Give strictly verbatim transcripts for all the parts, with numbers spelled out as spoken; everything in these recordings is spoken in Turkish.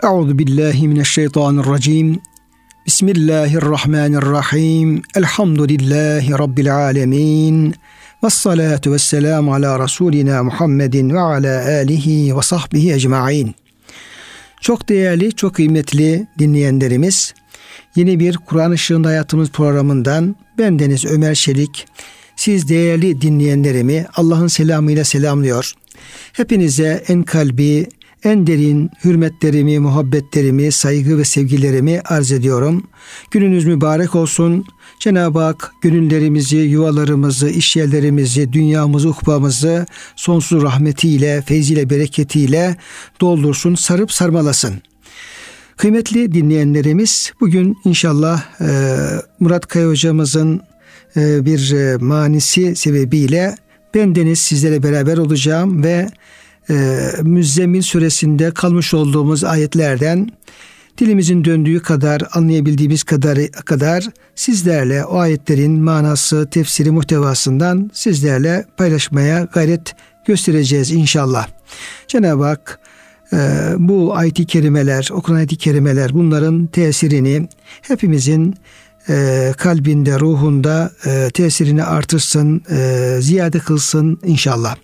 Euzu billahi mineşşeytanirracim. Bismillahirrahmanirrahim. Elhamdülillahi rabbil alamin. Ves salatu vesselamu ala rasulina Muhammedin ve ala alihi ve sahbihi ecmaîn. Çok değerli, çok kıymetli dinleyenlerimiz, yeni bir Kur'an Işığında Hayatımız programından bendeniz Ömer Çelik, siz değerli dinleyenlerimi Allah'ın selamıyla selamlıyor. Hepinize en kalbi, en derin hürmetlerimi, muhabbetlerimi, saygı ve sevgilerimi arz ediyorum. Gününüz mübarek olsun. Cenab-ı Hak gönüllerimizi, yuvalarımızı, işyerlerimizi, dünyamızı, ukbamızı sonsuz rahmetiyle, feyziyle, bereketiyle doldursun, sarıp sarmalasın. Kıymetli dinleyenlerimiz, bugün inşallah e, Murat Kaya hocamızın e, bir e, manisi sebebiyle bendeniz sizlere beraber olacağım ve e, Müzzemmil suresinde kalmış olduğumuz ayetlerden dilimizin döndüğü kadar, anlayabildiğimiz kadar, kadar sizlerle o ayetlerin manası, tefsiri, muhtevasından sizlerle paylaşmaya gayret göstereceğiz inşallah. Cenab-ı Hak e, bu ayet-i kerimeler, okunan ayet-i kerimeler, bunların tesirini hepimizin e, kalbinde, ruhunda e, tesirini artırsın, e, ziyade kılsın inşallah.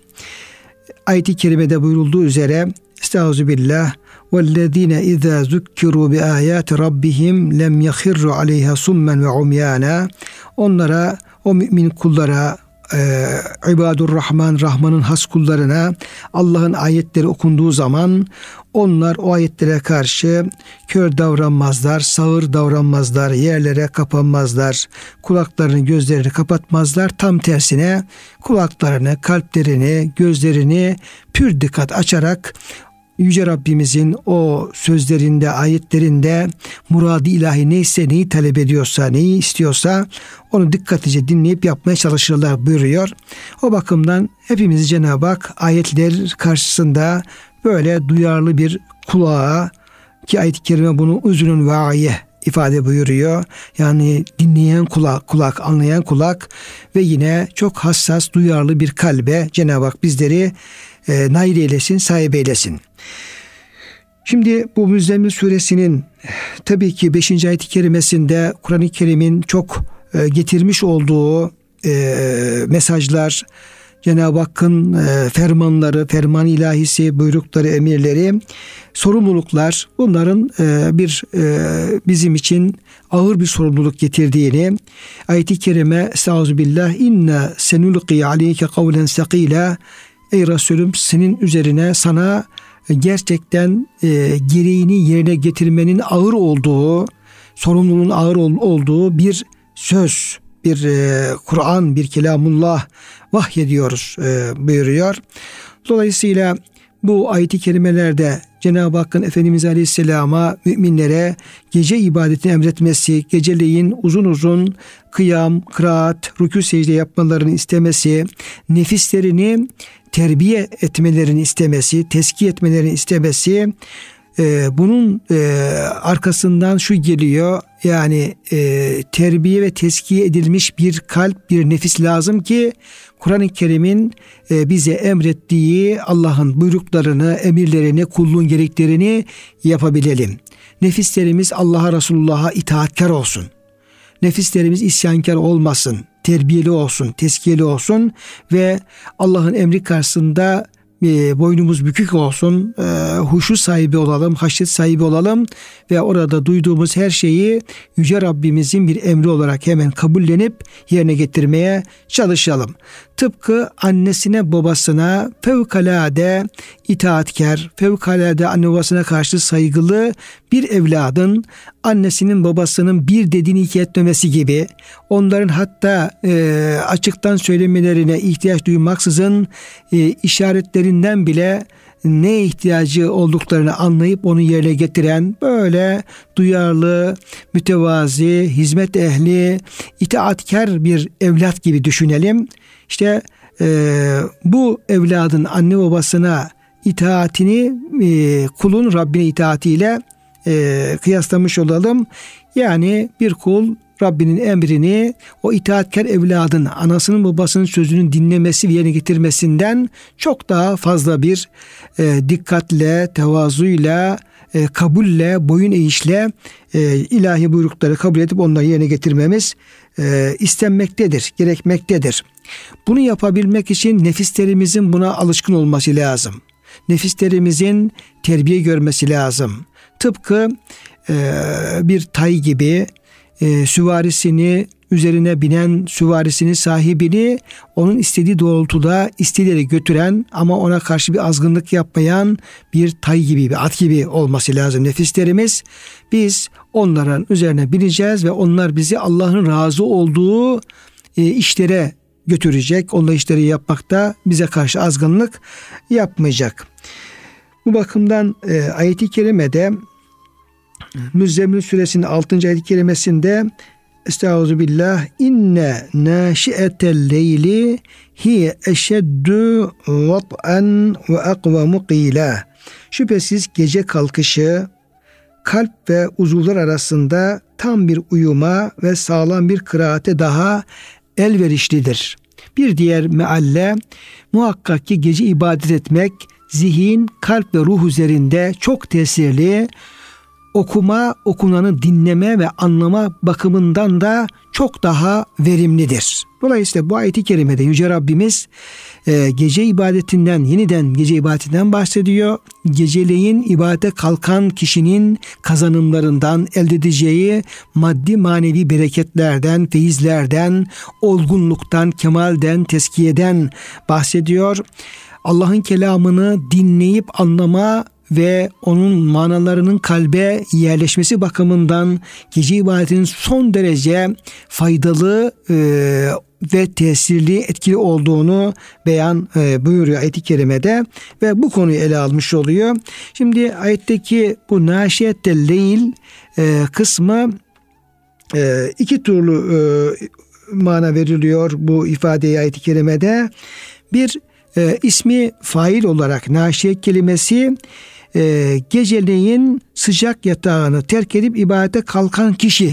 Ayet-i kerimede buyurulduğu üzere Estağfirullah وَالَّذ۪ينَ اِذَا ذُكِّرُوا بِآيَاتِ رَبِّهِمْ لَمْ يَخِرُّ عَلَيْهَا سُمَّنْ وَعُمْيَانًا. Onlara, o mümin kullara, e, İbadur Rahman, Rahman'ın has kullarına Allah'ın ayetleri okunduğu zaman onlar o ayetlere karşı kör davranmazlar, sağır davranmazlar, yerlere kapanmazlar, kulaklarını, gözlerini kapatmazlar. Tam tersine kulaklarını, kalplerini, gözlerini pür dikkat açarak Yüce Rabbimizin o sözlerinde, ayetlerinde murad-ı ilahi neyse, neyi talep ediyorsa, neyi istiyorsa onu dikkatlice dinleyip yapmaya çalışırlar buyuruyor. O bakımdan hepimizi Cenab-ı Hak ayetler karşısında böyle duyarlı bir kulağa, ki ayet-i kerime bunu uzunun vaiye ifade buyuruyor. Yani dinleyen kulak, kulak, anlayan kulak ve yine çok hassas, duyarlı bir kalbe Cenab-ı Hak bizleri e, nail eylesin, sahip eylesin. Şimdi bu Müzzemmil suresinin tabii ki beşinci ayet-i kerimesinde Kur'an-ı Kerim'in çok e, getirmiş olduğu e, mesajlar, Cenab-ı Hakk'ın e, fermanları, ferman ilahisi, buyrukları, emirleri, sorumluluklar, bunların e, bir e, bizim için ağır bir sorumluluk getirdiğini, ayet-i kerime Estağfirullah inna senulqi aleyke kavlen sakila, ey Resulüm senin üzerine sana gerçekten e, gereğini yerine getirmenin ağır olduğu, sorumluluğun ağır ol, olduğu bir söz, bir e, Kur'an, bir kelamullah vahyediyoruz e, buyuruyor. Dolayısıyla bu ayet-i kerimelerde Cenab-ı Hakk'ın Efendimiz Aleyhisselam'a, müminlere gece ibadetini emretmesi, geceleyin uzun uzun kıyam, kıraat, rükû, secde yapmalarını istemesi, nefislerini terbiye etmelerini istemesi, tezkiye etmelerini istemesi, e, bunun e, arkasından şu geliyor, yani e, terbiye ve tezkiye edilmiş bir kalp, bir nefis lazım ki Kur'an-ı Kerim'in e, bize emrettiği Allah'ın buyruklarını, emirlerini, kulluğun gereklerini yapabilelim. Nefislerimiz Allah'a, Resulullah'a itaatkar olsun. Nefislerimiz isyankar olmasın, terbiyeli olsun, tezkiyeli olsun ve Allah'ın emri karşısında e, boynumuz bükük olsun, e, huşu sahibi olalım, haşyet sahibi olalım ve orada duyduğumuz her şeyi Yüce Rabbimizin bir emri olarak hemen kabullenip yerine getirmeye çalışalım. Tıpkı annesine, babasına fevkalade itaatkar, fevkalade anne babasına karşı saygılı bir evladın annesinin, babasının bir dediğini iki etmemesi gibi, onların hatta e, açıktan söylemelerine ihtiyaç duymaksızın e, işaretlerinden bile ne ihtiyacı olduklarını anlayıp onu yerine getiren böyle duyarlı, mütevazi, hizmet ehli, itaatkar bir evlat gibi düşünelim. İşte e, bu evladın anne babasına itaatini e, kulun Rabbine itaatiyle e, kıyaslamış olalım. Yani bir kul Rabbinin emrini o itaatkar evladın anasının babasının sözünün dinlemesi ve yerine getirmesinden çok daha fazla bir e, dikkatle, tevazuyla, e, kabulle, boyun eğişle e, ilahi buyrukları kabul edip onları yerine getirmemiz e, istenmektedir, gerekmektedir. Bunu yapabilmek için nefislerimizin buna alışkın olması lazım. Nefislerimizin terbiye görmesi lazım. Tıpkı e, bir tay gibi e, süvarisini, üzerine binen süvarisinin sahibini onun istediği doğrultuda istediği götüren ama ona karşı bir azgınlık yapmayan bir tay gibi, bir at gibi olması lazım nefislerimiz. Biz onların üzerine bineceğiz ve onlar bizi Allah'ın razı olduğu e, işlere götürecek. Onlar işleri yapmakta bize karşı azgınlık yapmayacak. Bu bakımdan e, ayet-i kerimede Müzzemmil suresinin altıncı ayet-i kerimesinde Estağfirullah inne naşi'etel leyli hiye eşeddu vat'an ve akvamu qila. Şüphesiz gece kalkışı kalp ve uzuvlar arasında tam bir uyuma ve sağlam bir kıraate daha elverişlidir. Bir diğer mealle muhakkak ki gece ibadet etmek zihin, kalp ve ruh üzerinde çok tesirli, okuma, okunanı dinleme ve anlama bakımından da çok daha verimlidir. Dolayısıyla bu ayet-i kerimede Yüce Rabbimiz e, gece ibadetinden, yeniden gece ibadetinden bahsediyor. Geceleyin ibadete kalkan kişinin kazanımlarından, elde edeceği maddi manevi bereketlerden, feyizlerden, olgunluktan, kemalden, tezkiyeden bahsediyor. Allah'ın kelamını dinleyip anlama ve onun manalarının kalbe yerleşmesi bakımından gece ibadetinin son derece faydalı e, ve tesirli, etkili olduğunu beyan e, buyuruyor ayet-i kerimede ve bu konuyu ele almış oluyor. Şimdi ayetteki bu naşiyette leyl e, kısmı e, iki türlü e, mana veriliyor bu ifadeye ayet-i kerimede. Bir e, ismi fail olarak naşiyet kelimesi e, geceleyin sıcak yatağını terk edip ibadete kalkan kişi.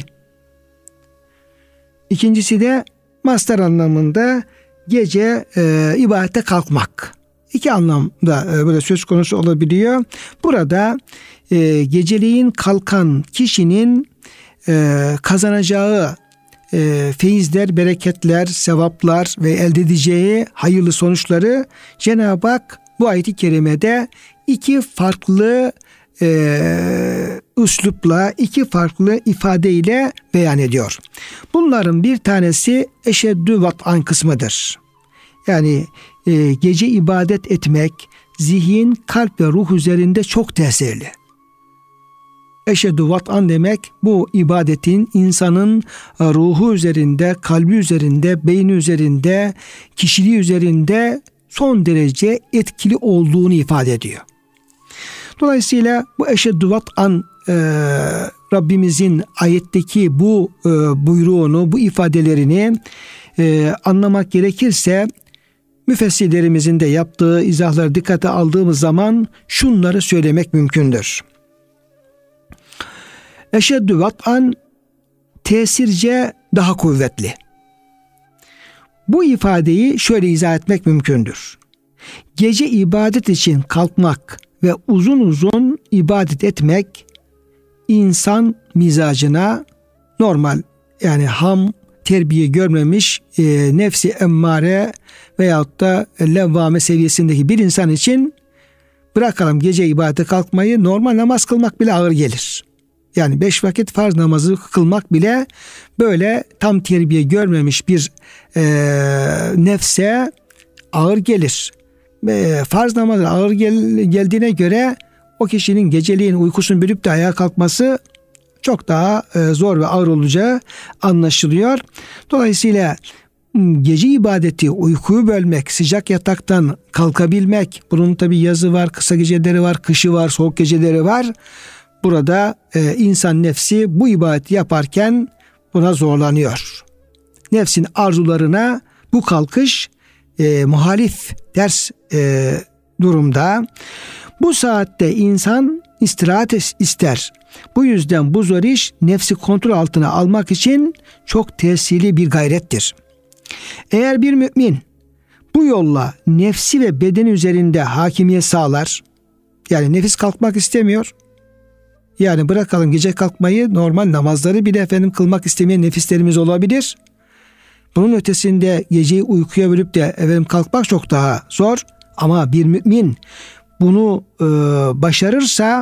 İkincisi de mastar anlamında gece e, ibadete kalkmak. İki anlamda e, böyle söz konusu olabiliyor. Burada e, geceleyin kalkan kişinin e, kazanacağı e, feyizler, bereketler, sevaplar ve elde edeceği hayırlı sonuçları Cenab-ı Hak bu ayet-i kerimede iki farklı e, üslupla, iki farklı ifadeyle beyan ediyor. Bunların bir tanesi eşeddü vat'an kısmıdır. Yani e, gece ibadet etmek zihin, kalp ve ruh üzerinde çok tesirli. Eşeddü vat'an demek bu ibadetin insanın ruhu üzerinde, kalbi üzerinde, beyni üzerinde, kişiliği üzerinde son derece etkili olduğunu ifade ediyor. Dolayısıyla bu eşeddü vat'an e, Rabbimizin ayetteki bu e, buyruğunu, bu ifadelerini e, anlamak gerekirse müfessirlerimizin de yaptığı izahları dikkate aldığımız zaman şunları söylemek mümkündür. Eşeddü vat'an tesirce daha kuvvetli. Bu ifadeyi şöyle izah etmek mümkündür. Gece ibadet için kalkmak ve uzun uzun ibadet etmek insan mizacına normal yani ham terbiye görmemiş e, nefsi emmare veyahut da levvame seviyesindeki bir insan için bırakalım gece ibadete kalkmayı, normal namaz kılmak bile ağır gelir. Yani beş vakit farz namazı kılmak bile böyle tam terbiye görmemiş bir e, nefse ağır gelir. E, farz namazı ağır gel, geldiğine göre o kişinin geceliğin uykusunu bölüp de ayağa kalkması çok daha e, zor ve ağır olacağı anlaşılıyor. Dolayısıyla gece ibadeti, uykuyu bölmek, sıcak yataktan kalkabilmek, bunun tabi yazı var, kısa geceleri var, kışı var, soğuk geceleri var. Burada e, insan nefsi bu ibadeti yaparken buna zorlanıyor. Nefsin arzularına bu kalkış e, muhalif, ters e, durumda. Bu saatte insan istirahat ister. Bu yüzden bu zor iş nefsi kontrol altına almak için çok tesirli bir gayrettir. Eğer bir mümin bu yolla nefsi ve bedeni üzerinde hakimiyet sağlar, yani nefis kalkmak istemiyor, yani bırakalım gece kalkmayı, normal namazları bile efendim kılmak istemeyen nefislerimiz olabilir. Bunun ötesinde geceyi uykuya bölüp de efendim kalkmak çok daha zor. Ama bir mümin bunu e, başarırsa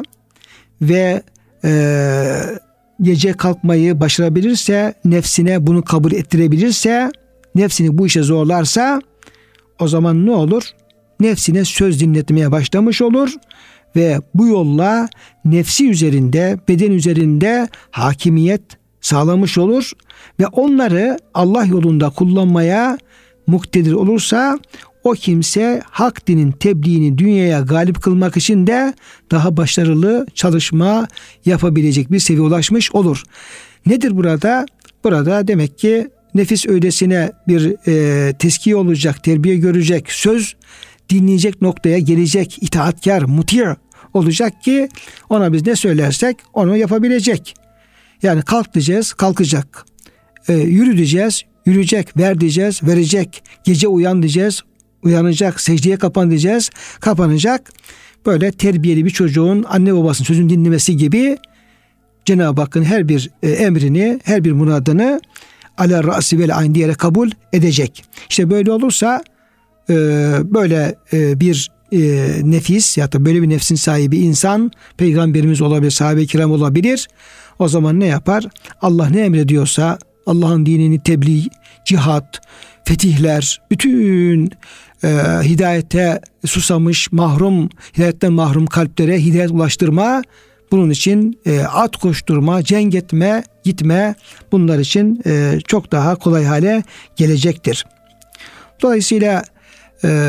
ve e, gece kalkmayı başarabilirse, nefsine bunu kabul ettirebilirse, nefsini bu işe zorlarsa, o zaman ne olur? Nefsine söz dinletmeye başlamış olur ve bu yolla nefsi üzerinde, beden üzerinde hakimiyet sağlamış olur ve onları Allah yolunda kullanmaya muktedir olursa, o kimse hak dinin tebliğini dünyaya galip kılmak için de daha başarılı çalışma yapabilecek bir seviyeye ulaşmış olur. Nedir burada? Burada demek ki nefis öylesine bir e, teskiye olacak, terbiye görecek, söz dinleyecek noktaya gelecek, itaatkar, muti olacak ki ona biz ne söylersek onu yapabilecek. Yani kalk diyeceğiz, kalkacak. E, yürü diyeceğiz, yürüyecek. Ver diyeceğiz, verecek. Gece uyan diyeceğiz, uyanacak. Secdeye kapan diyeceğiz, kapanacak. Böyle terbiyeli bir çocuğun anne babasının sözünü dinlemesi gibi Cenab-ı Hakk'ın her bir e, emrini, her bir muradını ala ra'si vel ayn diyerek kabul edecek. İşte böyle olursa e, böyle e, bir e, nefis ya da böyle bir nefsin sahibi insan peygamberimiz olabilir, sahabe-i kiram olabilir. O zaman ne yapar? Allah ne emrediyorsa Allah'ın dinini tebliğ, cihat, fetihler, bütün e, hidayete susamış, mahrum, hidayetten mahrum kalplere hidayet ulaştırma, bunun için e, at koşturma, cenk etme, gitme, bunlar için e, çok daha kolay hale gelecektir. Dolayısıyla e,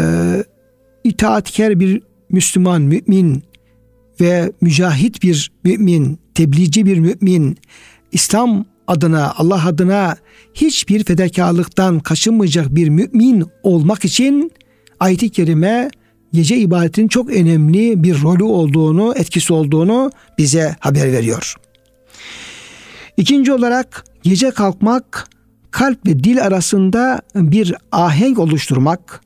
itaatkar bir Müslüman, mümin ve mücahit bir mümin, tebliğci bir mümin, İslam adına, Allah adına hiçbir fedakarlıktan kaçınmayacak bir mümin olmak için ayet-i kerime gece ibadetinin çok önemli bir rolü olduğunu, etkisi olduğunu bize haber veriyor. İkinci olarak gece kalkmak, kalp ve dil arasında bir ahenk oluşturmak.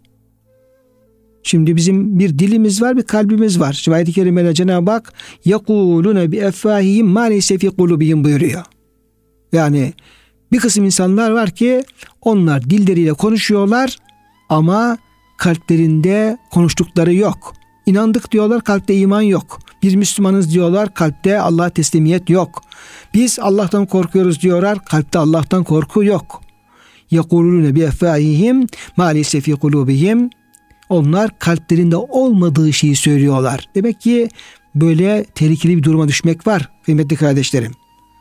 Şimdi bizim bir dilimiz var, bir kalbimiz var. Şimdi ayet-i kerimede Cenab-ı Hak يَقُولُونَ بِاَفَّاهِهِمْ مَا لَيْسَ فِي قُلُوبِهِمْ buyuruyor. Yani bir kısım insanlar var ki onlar dilleriyle konuşuyorlar ama kalplerinde konuştukları yok. İnandık diyorlar, kalpte iman yok. Biz Müslümanız diyorlar, kalpte Allah'a teslimiyet yok. Biz Allah'tan korkuyoruz diyorlar, kalpte Allah'tan korku yok. يَقُولُونَ بِاَفَّاهِهِمْ مَا لَيْسَ فِي قُلُوبِهِمْ Onlar kalplerinde olmadığı şeyi söylüyorlar. Demek ki böyle tehlikeli bir duruma düşmek var kıymetli kardeşlerim.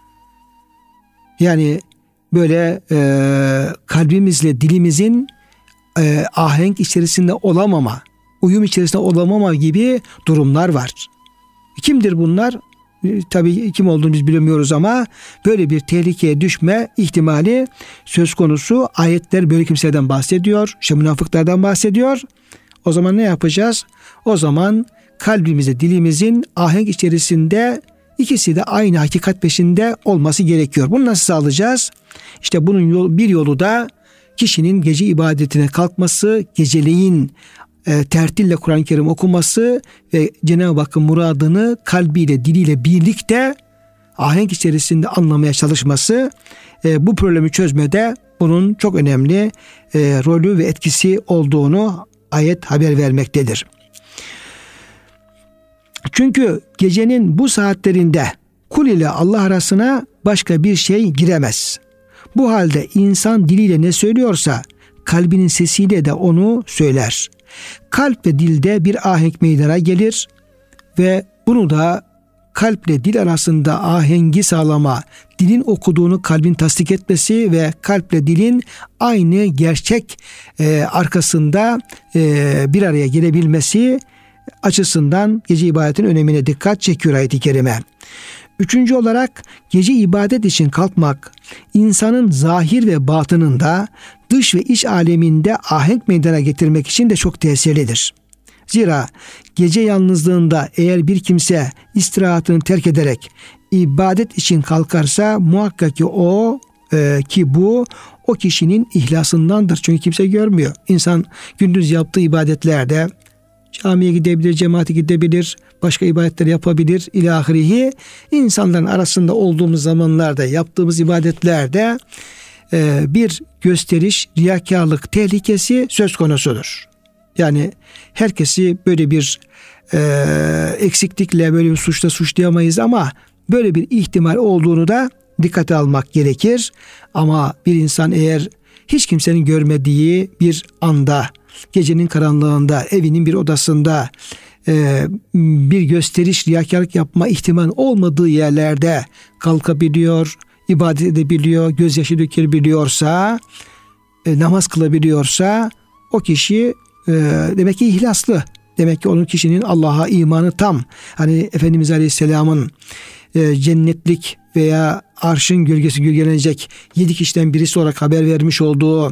Yani böyle e, kalbimizle dilimizin e, ahenk içerisinde olamama, uyum içerisinde olamama gibi durumlar var. Kimdir bunlar? E, tabii kim olduğunu biz bilmiyoruz ama böyle bir tehlikeye düşme ihtimali söz konusu. Ayetler böyle kimseden bahsediyor. İşte münafıklardan bahsediyor. O zaman ne yapacağız? O zaman kalbimizde, dilimizin ahenk içerisinde ikisi de aynı hakikat peşinde olması gerekiyor. Bunu nasıl sağlayacağız? İşte bunun yol, bir yolu da kişinin gece ibadetine kalkması, geceleyin e, tertille Kur'an-ı Kerim okuması ve Cenab-ı Hakk'ın muradını kalbiyle, diliyle birlikte ahenk içerisinde anlamaya çalışması. E, bu problemi çözmede bunun çok önemli e, rolü ve etkisi olduğunu ayet haber vermektedir. Çünkü gecenin bu saatlerinde kul ile Allah arasına başka bir şey giremez. Bu halde insan diliyle ne söylüyorsa kalbinin sesiyle de onu söyler. Kalp ve dilde bir ahenk meydana gelir ve bunu da kalple dil arasında ahengi sağlama, dilin okuduğunu kalbin tasdik etmesi ve kalple dilin aynı gerçek e, arkasında e, bir araya gelebilmesi açısından gece ibadetinin önemine dikkat çekiyor ayet-i kerime. Üçüncü olarak gece ibadet için kalkmak insanın zahir ve batınında, dış ve iç aleminde ahenk meydana getirmek için de çok tesirlidir. Zira gece yalnızlığında eğer bir kimse istirahatını terk ederek ibadet için kalkarsa muhakkak ki o e, ki bu o kişinin ihlasındandır. Çünkü kimse görmüyor. İnsan gündüz yaptığı ibadetlerde camiye gidebilir, cemaate gidebilir, başka ibadetler yapabilir, ilahirihi. İnsanların arasında olduğumuz zamanlarda yaptığımız ibadetlerde e, bir gösteriş, riyakarlık tehlikesi söz konusudur. Yani herkesi böyle bir e, eksiklikle, böyle bir suçla suçlayamayız ama böyle bir ihtimal olduğunu da dikkate almak gerekir. Ama bir insan eğer hiç kimsenin görmediği bir anda, gecenin karanlığında, evinin bir odasında e, bir gösteriş, riyakarlık yapma ihtimal olmadığı yerlerde kalkabiliyor, ibadet edebiliyor, gözyaşı dökebiliyorsa, e, namaz kılabiliyorsa o kişi e, demek ki ihlaslı. Demek ki onun kişinin Allah'a imanı tam. Hani Efendimiz Aleyhisselam'ın e, cennetlik veya arşın gölgesi gölgelenecek yedi kişiden birisi olarak haber vermiş olduğu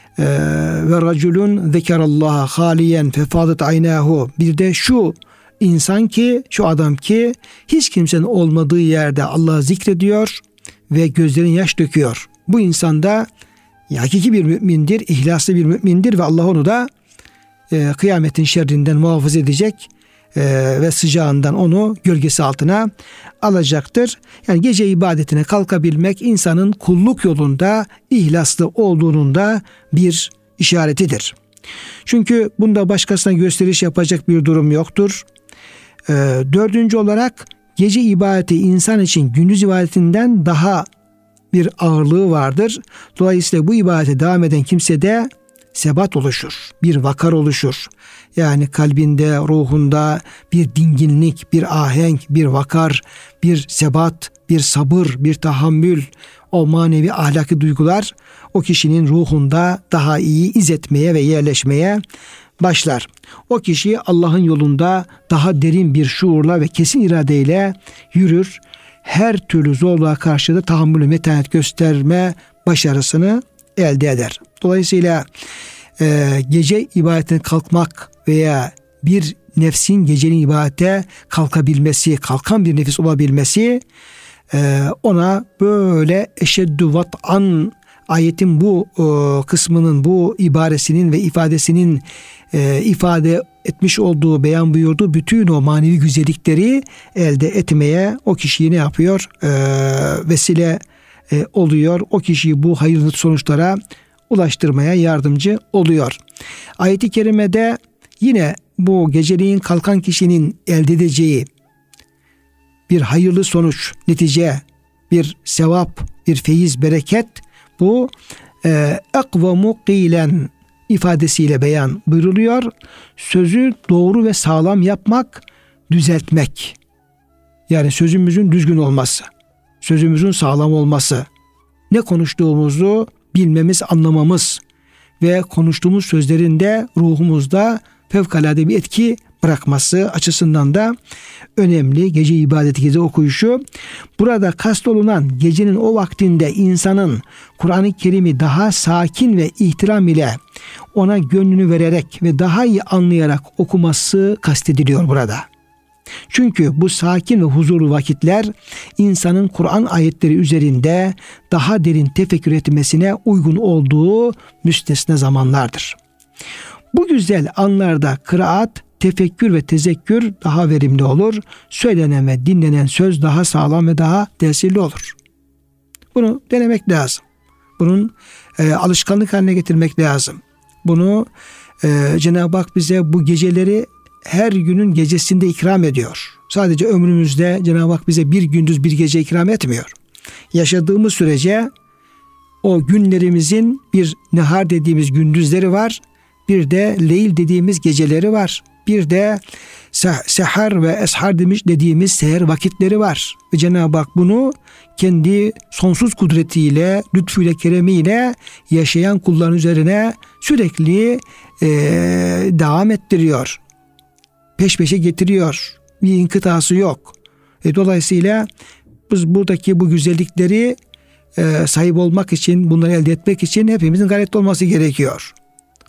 ve raculun zekerallaha haliyen fefadat aynahu, bir de şu insan ki, şu adam ki hiç kimsenin olmadığı yerde Allah'ı zikrediyor ve gözlerin yaş döküyor. Bu insan da hakiki bir mümindir, ihlaslı bir mümindir ve Allah onu da e, kıyametin şerrinden muhafaza edecek e, ve sıcağından onu gölgesi altına alacaktır. Yani gece ibadetine kalkabilmek insanın kulluk yolunda ihlaslı olduğunun da bir işaretidir. Çünkü bunda başkasına gösteriş yapacak bir durum yoktur. E, dördüncü olarak gece ibadeti insan için gündüz ibadetinden daha bir ağırlığı vardır. Dolayısıyla bu ibadete devam eden kimsede sebat oluşur, bir vakar oluşur. Yani kalbinde, ruhunda bir dinginlik, bir ahenk, bir vakar, bir sebat, bir sabır, bir tahammül, o manevi ahlaki duygular o kişinin ruhunda daha iyi iz etmeye ve yerleşmeye başlar. O kişi Allah'ın yolunda daha derin bir şuurla ve kesin iradeyle yürür. Her türlü zorluğa karşı da tahammül, metanet gösterme başarısını elde eder. Dolayısıyla e, gece ibadetine kalkmak veya bir nefsin gecenin ibadete kalkabilmesi, kalkan bir nefis olabilmesi e, ona böyle eşeddü vat'an, ayetin bu e, kısmının, bu ibaresinin ve ifadesinin e, ifade etmiş olduğu, beyan buyurduğu bütün o manevi güzellikleri elde etmeye o kişiyi ne yapıyor? E, vesile e, oluyor. O kişiyi bu hayırlı sonuçlara ulaştırmaya yardımcı oluyor. Ayet-i kerimede yine bu geceliğin kalkan kişinin elde edeceği bir hayırlı sonuç, netice, bir sevap, bir feyiz, bereket, bu ekvamu kîlen ifadesiyle beyan buyruluyor. Sözü doğru ve sağlam yapmak, düzeltmek. Yani sözümüzün düzgün olması, sözümüzün sağlam olması, ne konuştuğumuzu bilmemiz, anlamamız ve konuştuğumuz sözlerin de ruhumuzda fevkalade bir etki bırakması açısından da önemli. Gece ibadeti, gece okuyuşu. Burada kastolunan gecenin o vaktinde insanın Kur'an-ı Kerim'i daha sakin ve ihtiram ile ona gönlünü vererek ve daha iyi anlayarak okuması kastediliyor burada. Çünkü bu sakin ve huzurlu vakitler insanın Kur'an ayetleri üzerinde daha derin tefekkür etmesine uygun olduğu müstesna zamanlardır. Bu güzel anlarda kıraat, tefekkür ve tezekkür daha verimli olur. Söylenen ve dinlenen söz daha sağlam ve daha tesirli olur. Bunu denemek lazım. Bunun e, alışkanlık haline getirmek lazım. Bunu e, Cenab-ı Hak bize bu geceleri her günün gecesinde ikram ediyor. Sadece ömrümüzde Cenab-ı Hak bize bir gündüz bir gece ikram etmiyor. Yaşadığımız sürece o günlerimizin bir nehar dediğimiz gündüzleri var. Bir de leyl dediğimiz geceleri var. Bir de sehar ve eshar demiş dediğimiz seher vakitleri var. Ve Cenab-ı Hak bunu kendi sonsuz kudretiyle, lütfuyla, keremiyle yaşayan kulların üzerine sürekli e, devam ettiriyor. Peş peşe getiriyor. Bir inkıtası yok. E, dolayısıyla biz buradaki bu güzellikleri e, sahip olmak için, bunları elde etmek için hepimizin gayretli olması gerekiyor.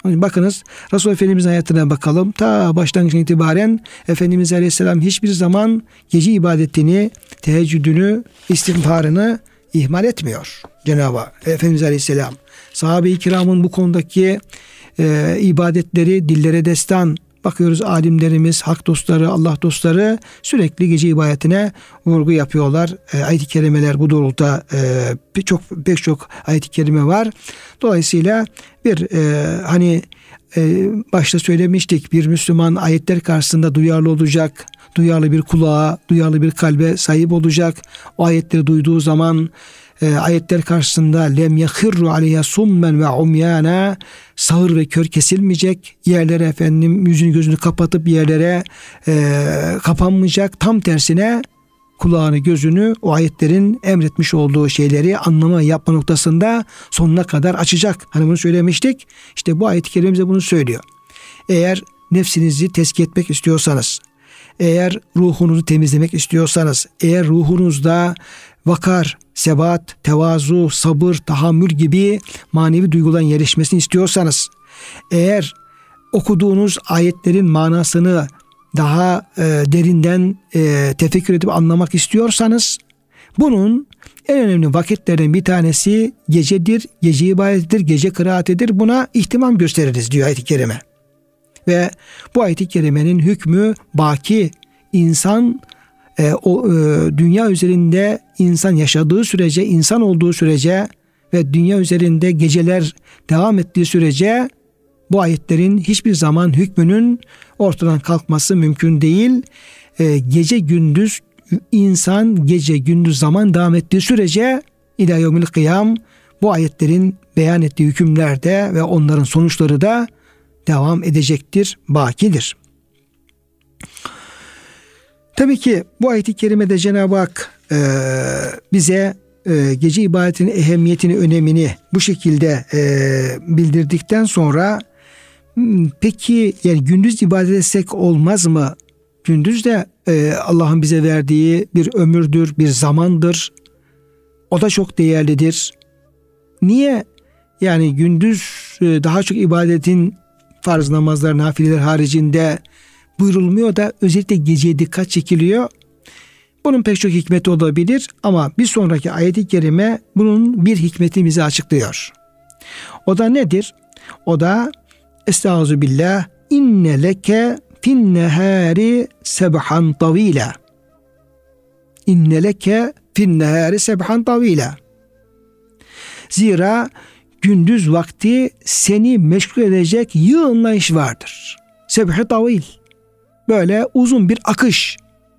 Bakınız Resul Efendimiz'in hayatına bakalım. Ta başlangıçtan itibaren Efendimiz Aleyhisselam hiçbir zaman gece ibadetini, teheccüdünü, istiğfarını ihmal etmiyor. Cenab-ı Hak, Efendimiz Aleyhisselam. Sahabe-i kiramın bu konudaki e, ibadetleri dillere destan. Bakıyoruz alimlerimiz, hak dostları, Allah dostları sürekli gece ibadetine vurgu yapıyorlar. E, ayet-i kerimeler bu doğrultuda e, çok pek çok ayet-i kerime var. Dolayısıyla bir e, hani e, başta söylemiştik, bir Müslüman ayetler karşısında duyarlı olacak, duyarlı bir kulağa, duyarlı bir kalbe sahip olacak. O ayetleri duyduğu zaman e, ayetler karşısında lem yahirru aleyha summen ve umyana, sağır ve kör kesilmeyecek. Yerlere efendim yüzünü gözünü kapatıp yerlere e, kapanmayacak. Tam tersine kulağını gözünü o ayetlerin emretmiş olduğu şeyleri anlama yapma noktasında sonuna kadar açacak. Hani bunu söylemiştik. İşte bu ayet-i kerime bize bunu söylüyor. Eğer nefsinizi tezkiye etmek istiyorsanız, eğer ruhunuzu temizlemek istiyorsanız, eğer ruhunuzda vakar, sebat, tevazu, sabır, tahammül gibi manevi duyguların yerleşmesini istiyorsanız, eğer okuduğunuz ayetlerin manasını daha e, derinden e, tefekkür edip anlamak istiyorsanız, bunun en önemli vakitlerden bir tanesi gecedir, gece ibadetidir, gece kıraatidir. Buna ihtimam gösteririz diyor ayet-i kerime. Ve bu ayet-i kerimenin hükmü baki. İnsan e, o e, dünya üzerinde insan yaşadığı sürece, insan olduğu sürece ve dünya üzerinde geceler devam ettiği sürece bu ayetlerin hiçbir zaman hükmünün ortadan kalkması mümkün değil. E, gece gündüz insan gece gündüz zaman devam ettiği sürece ila yevmil kıyam bu ayetlerin beyan ettiği hükümlerde ve onların sonuçları da devam edecektir, bakidir. Tabii ki bu ayet-i kerimede Cenab-ı Hak e, bize e, gece ibadetinin ehemmiyetini, önemini bu şekilde e, bildirdikten sonra peki yani gündüz ibadet etsek olmaz mı? Gündüz de e, Allah'ın bize verdiği bir ömürdür, bir zamandır. O da çok değerlidir. Niye yani gündüz e, daha çok ibadetin farz namazlar, nafileler haricinde buyurulmuyor da özellikle geceye dikkat çekiliyor? Bunun pek çok hikmeti olabilir ama bir sonraki ayet-i kerime bunun bir hikmetini bize açıklıyor. O da nedir? O da Estağfirullah, inne leke fin nehari sebhan tavila. İnne leke fin nehari sebhan tavila. Zira gündüz vakti seni meşgul edecek yığınla iş vardır. Sebh-i tavil. Böyle uzun bir akış.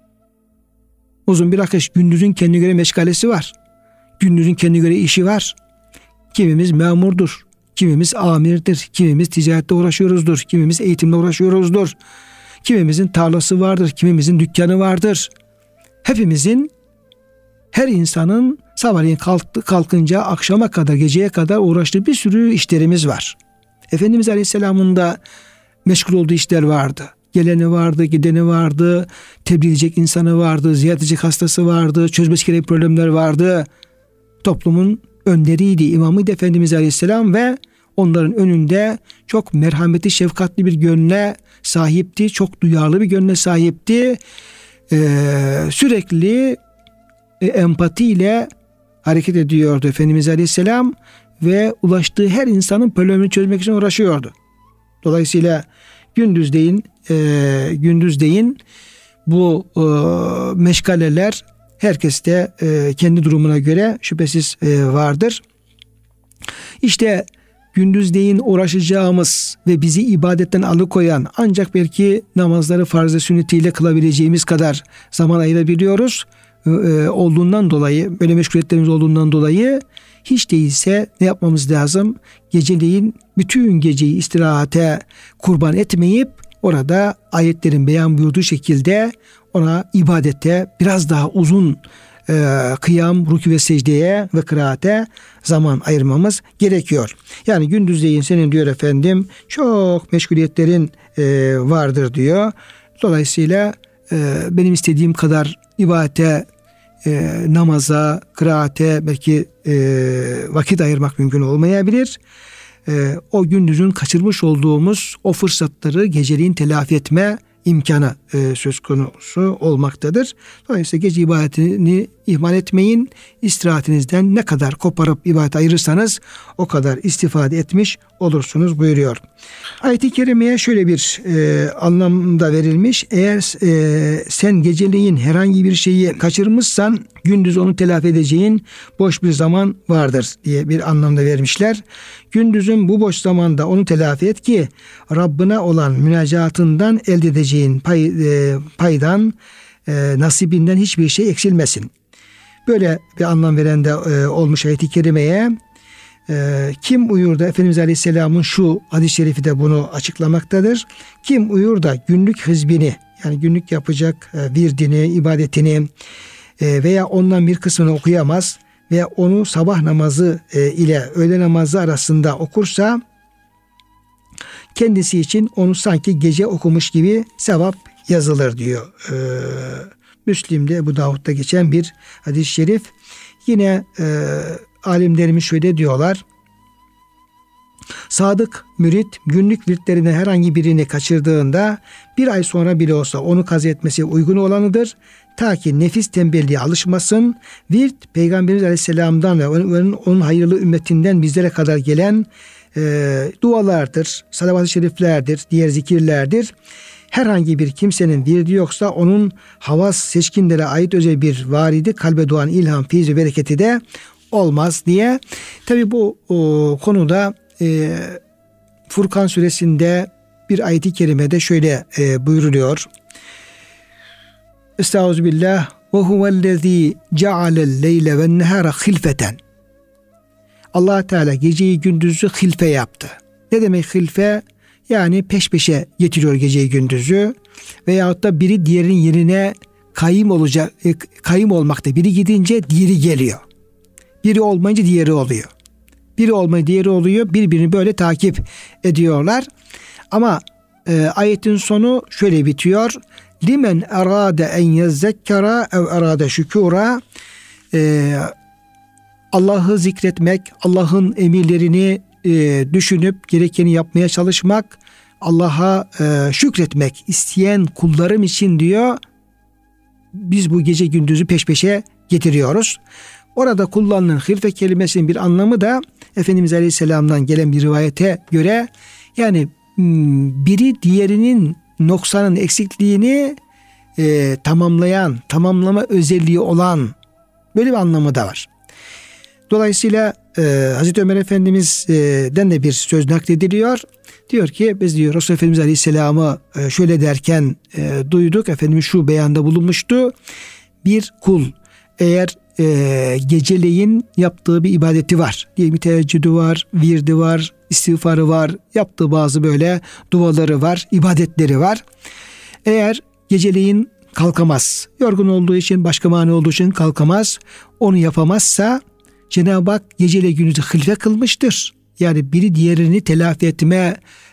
Uzun bir akış. Gündüzün kendine göre meşgalesi var. Gündüzün kendine göre işi var. Kimimiz memurdur. Kimimiz amirdir. Kimimiz ticarette uğraşıyoruzdur. Kimimiz eğitimle uğraşıyoruzdur. Kimimizin tarlası vardır. Kimimizin dükkanı vardır. Hepimizin, her insanın sabahleyin kalk, kalkınca akşama kadar, geceye kadar uğraştığı bir sürü işlerimiz var. Efendimiz Aleyhisselam'ın da meşgul olduğu işler vardı. Geleni vardı, gideni vardı, tebliğ edecek insanı vardı, ziyaret edecek hastası vardı, çözmesi gereken problemler vardı. Toplumun önderiydi, imamıydı Efendimiz Aleyhisselam ve onların önünde çok merhametli, şefkatli bir gönle sahipti, çok duyarlı bir gönle sahipti. Ee, sürekli e, empatiyle hareket ediyordu Efendimiz Aleyhisselam ve ulaştığı her insanın problemini çözmek için uğraşıyordu. Dolayısıyla gündüzleyin, e, gündüzleyin bu e, meşgaleler herkeste e, kendi durumuna göre şüphesiz e, vardır. İşte gündüzleyin uğraşacağımız ve bizi ibadetten alıkoyan ancak belki namazları farz-ı sünnetiyle kılabileceğimiz kadar zaman ayırabiliyoruz. E, olduğundan dolayı, böyle meşguliyetlerimiz olduğundan dolayı hiç değilse ne yapmamız lazım? Geceleyin bütün geceyi istirahate kurban etmeyip orada ayetlerin beyan buyurduğu şekilde ona ibadete biraz daha uzun e, kıyam, rükû ve secdeye ve kıraate zaman ayırmamız gerekiyor. Yani gündüzleyin senin diyor efendim çok meşguliyetlerin e, vardır diyor. Dolayısıyla e, benim istediğim kadar ibadete, e, namaza, kıraate belki e, vakit ayırmak mümkün olmayabilir. e, o gündüzün kaçırmış olduğumuz o fırsatları geceliğin telafi etme imkanı e, söz konusu olmaktadır. Dolayısıyla gece ibadetini ihmal etmeyin. İstirahatinizden ne kadar koparıp ibadet ayırırsanız o kadar istifade etmiş olursunuz buyuruyor. Ayet-i kerimeye şöyle bir e, anlamda verilmiş. Eğer e, sen geceleyin herhangi bir şeyi kaçırmışsan gündüz onu telafi edeceğin boş bir zaman vardır diye bir anlamda vermişler. Gündüzün bu boş zamanda onu telafi et ki Rabbine olan münacatından elde edeceğin pay, e, paydan e, nasibinden hiçbir şey eksilmesin. Böyle bir anlam veren de e, olmuş ayet-i kerimeye. E, kim uyur da Efendimiz Aleyhisselam'ın şu hadis-i şerifi de bunu açıklamaktadır. Kim uyur da günlük hizbini, yani günlük yapacak e, virdini, ibadetini e, veya ondan bir kısmını okuyamaz veya onu sabah namazı e, ile öğle namazı arasında okursa kendisi için onu sanki gece okumuş gibi sevap yazılır diyor. Ee, Müslim'de, Ebu Davud'da geçen bir hadis-i şerif. Yine e, alimlerimiz şöyle diyorlar. Sadık mürit günlük virtlerine herhangi birini kaçırdığında bir ay sonra bile olsa onu kaza etmesi uygun olanıdır. Ta ki nefis tembelliğe alışmasın. Virt Peygamberimiz Aleyhisselam'dan ve onun, onun hayırlı ümmetinden bizlere kadar gelen e, dualardır, salavat-ı şeriflerdir, diğer zikirlerdir. Herhangi bir kimsenin virdi yoksa onun havas seçkinlere ait özel bir varidi, kalbe doğan ilham, feyiz ve bereketi de olmaz diye. Tabi bu o, konuda e, Furkan suresinde bir ayet-i kerimede şöyle e, buyuruluyor. Estağfirullah ve huvellezî cealel leyle ve nehara hilfeten. Allah Teala geceyi gündüzü hilfe yaptı. Ne demek hilfe? Yani peş peşe getiriyor geceyi gündüzü veyahut da biri diğerinin yerine kayyım olacak, kayyım olmakta. Biri gidince diğeri geliyor. Biri olmayınca diğeri oluyor. Biri olmayınca diğeri oluyor. Birbirini böyle takip ediyorlar. Ama e, ayetin sonu şöyle bitiyor. Limen arade en yezzekkara ev arade şükura. E, Allah'ı zikretmek, Allah'ın emirlerini e, düşünüp gerekeni yapmaya çalışmak, Allah'a e, şükretmek isteyen kullarım için diyor. Biz bu gece gündüzü peş peşe getiriyoruz. Orada kullanılan hilfe kelimesinin bir anlamı da Efendimiz Aleyhisselam'dan gelen bir rivayete göre yani biri diğerinin noksanın eksikliğini e, tamamlayan, tamamlama özelliği olan böyle bir anlamı da var. Dolayısıyla e, Hazreti Ömer Efendimiz'den de bir söz naklediliyor. Diyor ki biz diyor Resulullah Efendimiz Aleyhisselam'ı e, şöyle derken e, duyduk. Efendimiz şu beyanda bulunmuştu. Bir kul eğer e, geceleyin yaptığı bir ibadeti var. Diyelim teheccüdü var, virdi var, istiğfarı var, yaptığı bazı böyle duaları var, ibadetleri var. Eğer geceleyin kalkamaz, yorgun olduğu için, başka mani olduğu için kalkamaz, onu yapamazsa Cenab-ı Hak geceyle gündüzü hilfe kılmıştır. Yani biri diğerini telafi etmeye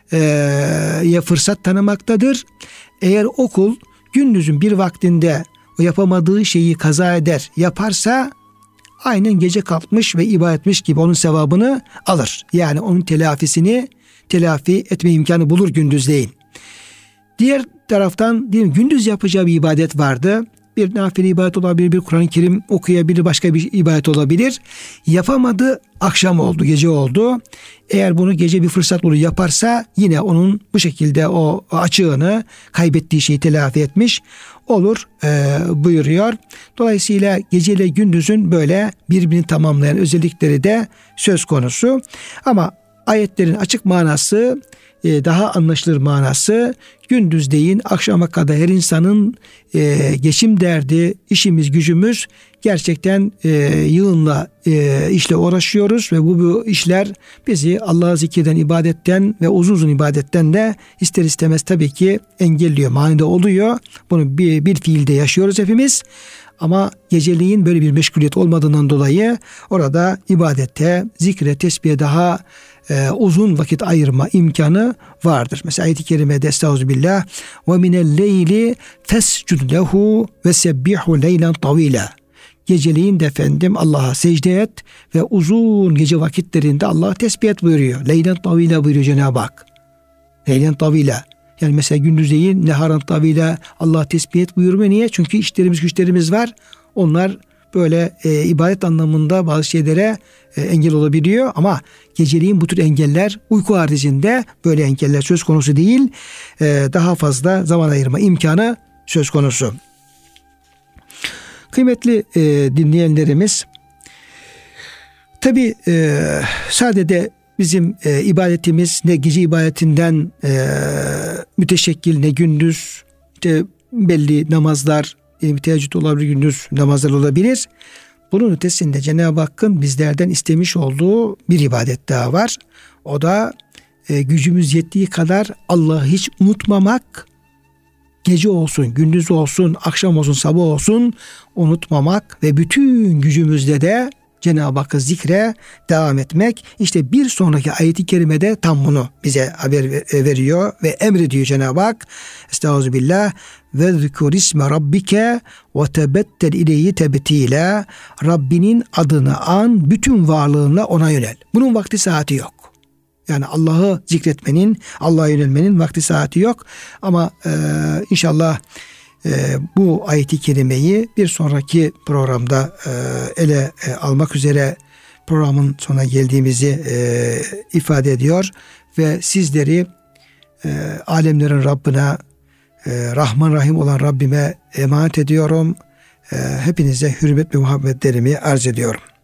e, fırsat tanımaktadır. Eğer o kul gündüzün bir vaktinde o yapamadığı şeyi kaza eder, yaparsa aynen gece kalkmış ve ibadet etmiş gibi onun sevabını alır. Yani onun telafisini telafi etme imkanı bulur gündüzleyin. Diğer taraftan diyelim gündüz yapacağı bir ibadet vardı. Bir nafile ibadet olabilir, bir Kur'an-ı Kerim okuyabilir, başka bir ibadet olabilir. Yapamadı, akşam oldu, gece oldu. Eğer bunu gece bir fırsat bulur yaparsa yine onun bu şekilde o açığını, kaybettiği şeyi telafi etmiş olur e, buyuruyor. Dolayısıyla geceyle gündüzün böyle birbirini tamamlayan özellikleri de söz konusu. Ama ayetlerin açık manası, daha anlaşılır manası gündüzleyin akşama kadar her insanın e, geçim derdi, işimiz gücümüz gerçekten e, yığınla e, işle uğraşıyoruz ve bu, bu işler bizi Allah'a zikirden, ibadetten ve uzun uzun ibadetten de ister istemez tabii ki engelliyor, manide oluyor. Bunu bir, bir fiilde yaşıyoruz hepimiz. Ama geceliğin böyle bir meşguliyet olmadığından dolayı orada ibadette, zikre, tesbihe daha e, uzun vakit ayırma imkanı vardır. Mesela ayet-i kerimede estağfirullah ve minel leyli fescud lehu ve sebbihu leylen tavila. Geceleyin de efendim Allah'a secde et ve uzun gece vakitlerinde Allah'a tesbih et buyuruyor. Leylen tavila buyuruyor Cenab-ı Hak. Leylen tavila. Yani mesela gündüzleyin neharan tavila Allah tesbih et buyurmuyor. Niye? Çünkü işlerimiz güçlerimiz var. Onlar böyle e, ibadet anlamında bazı şeylere e, engel olabiliyor. Ama geceleyin bu tür engeller, uyku haricinde böyle engeller söz konusu değil. E, daha fazla zaman ayırma imkanı söz konusu. Kıymetli e, dinleyenlerimiz, tabi e, sadece bizim e, ibadetimiz ne gece ibadetinden e, müteşekkil ne gündüz işte belli namazlar, e, teheccüd olabilir, gündüz namazlar olabilir. Bunun ötesinde Cenab-ı Hakk'ın bizlerden istemiş olduğu bir ibadet daha var. O da e, gücümüz yettiği kadar Allah'ı hiç unutmamak, gece olsun, gündüz olsun, akşam olsun, sabah olsun unutmamak ve bütün gücümüzle de Cenab-ı Hakk'ı zikre devam etmek. İşte bir sonraki ayet-i kerimede tam bunu bize haber veriyor ve emrediyor Cenab-ı Hak. Estağfirullah. Ve zikr isme rabbike ve tebettel ileyhi tebtila. Rabbinin adını an, bütün varlığınla ona yönel. Bunun vakti saati yok. Yani Allah'ı zikretmenin, Allah'a yönelmenin vakti saati yok. Ama e, inşallah e, bu ayet-i kerimeyi bir sonraki programda e, ele e, almak üzere programın sonuna geldiğimizi e, ifade ediyor. Ve sizleri e, alemlerin Rabbine, e, Rahman Rahim olan Rabbime emanet ediyorum. E, hepinize hürmet ve muhabbetlerimi arz ediyorum.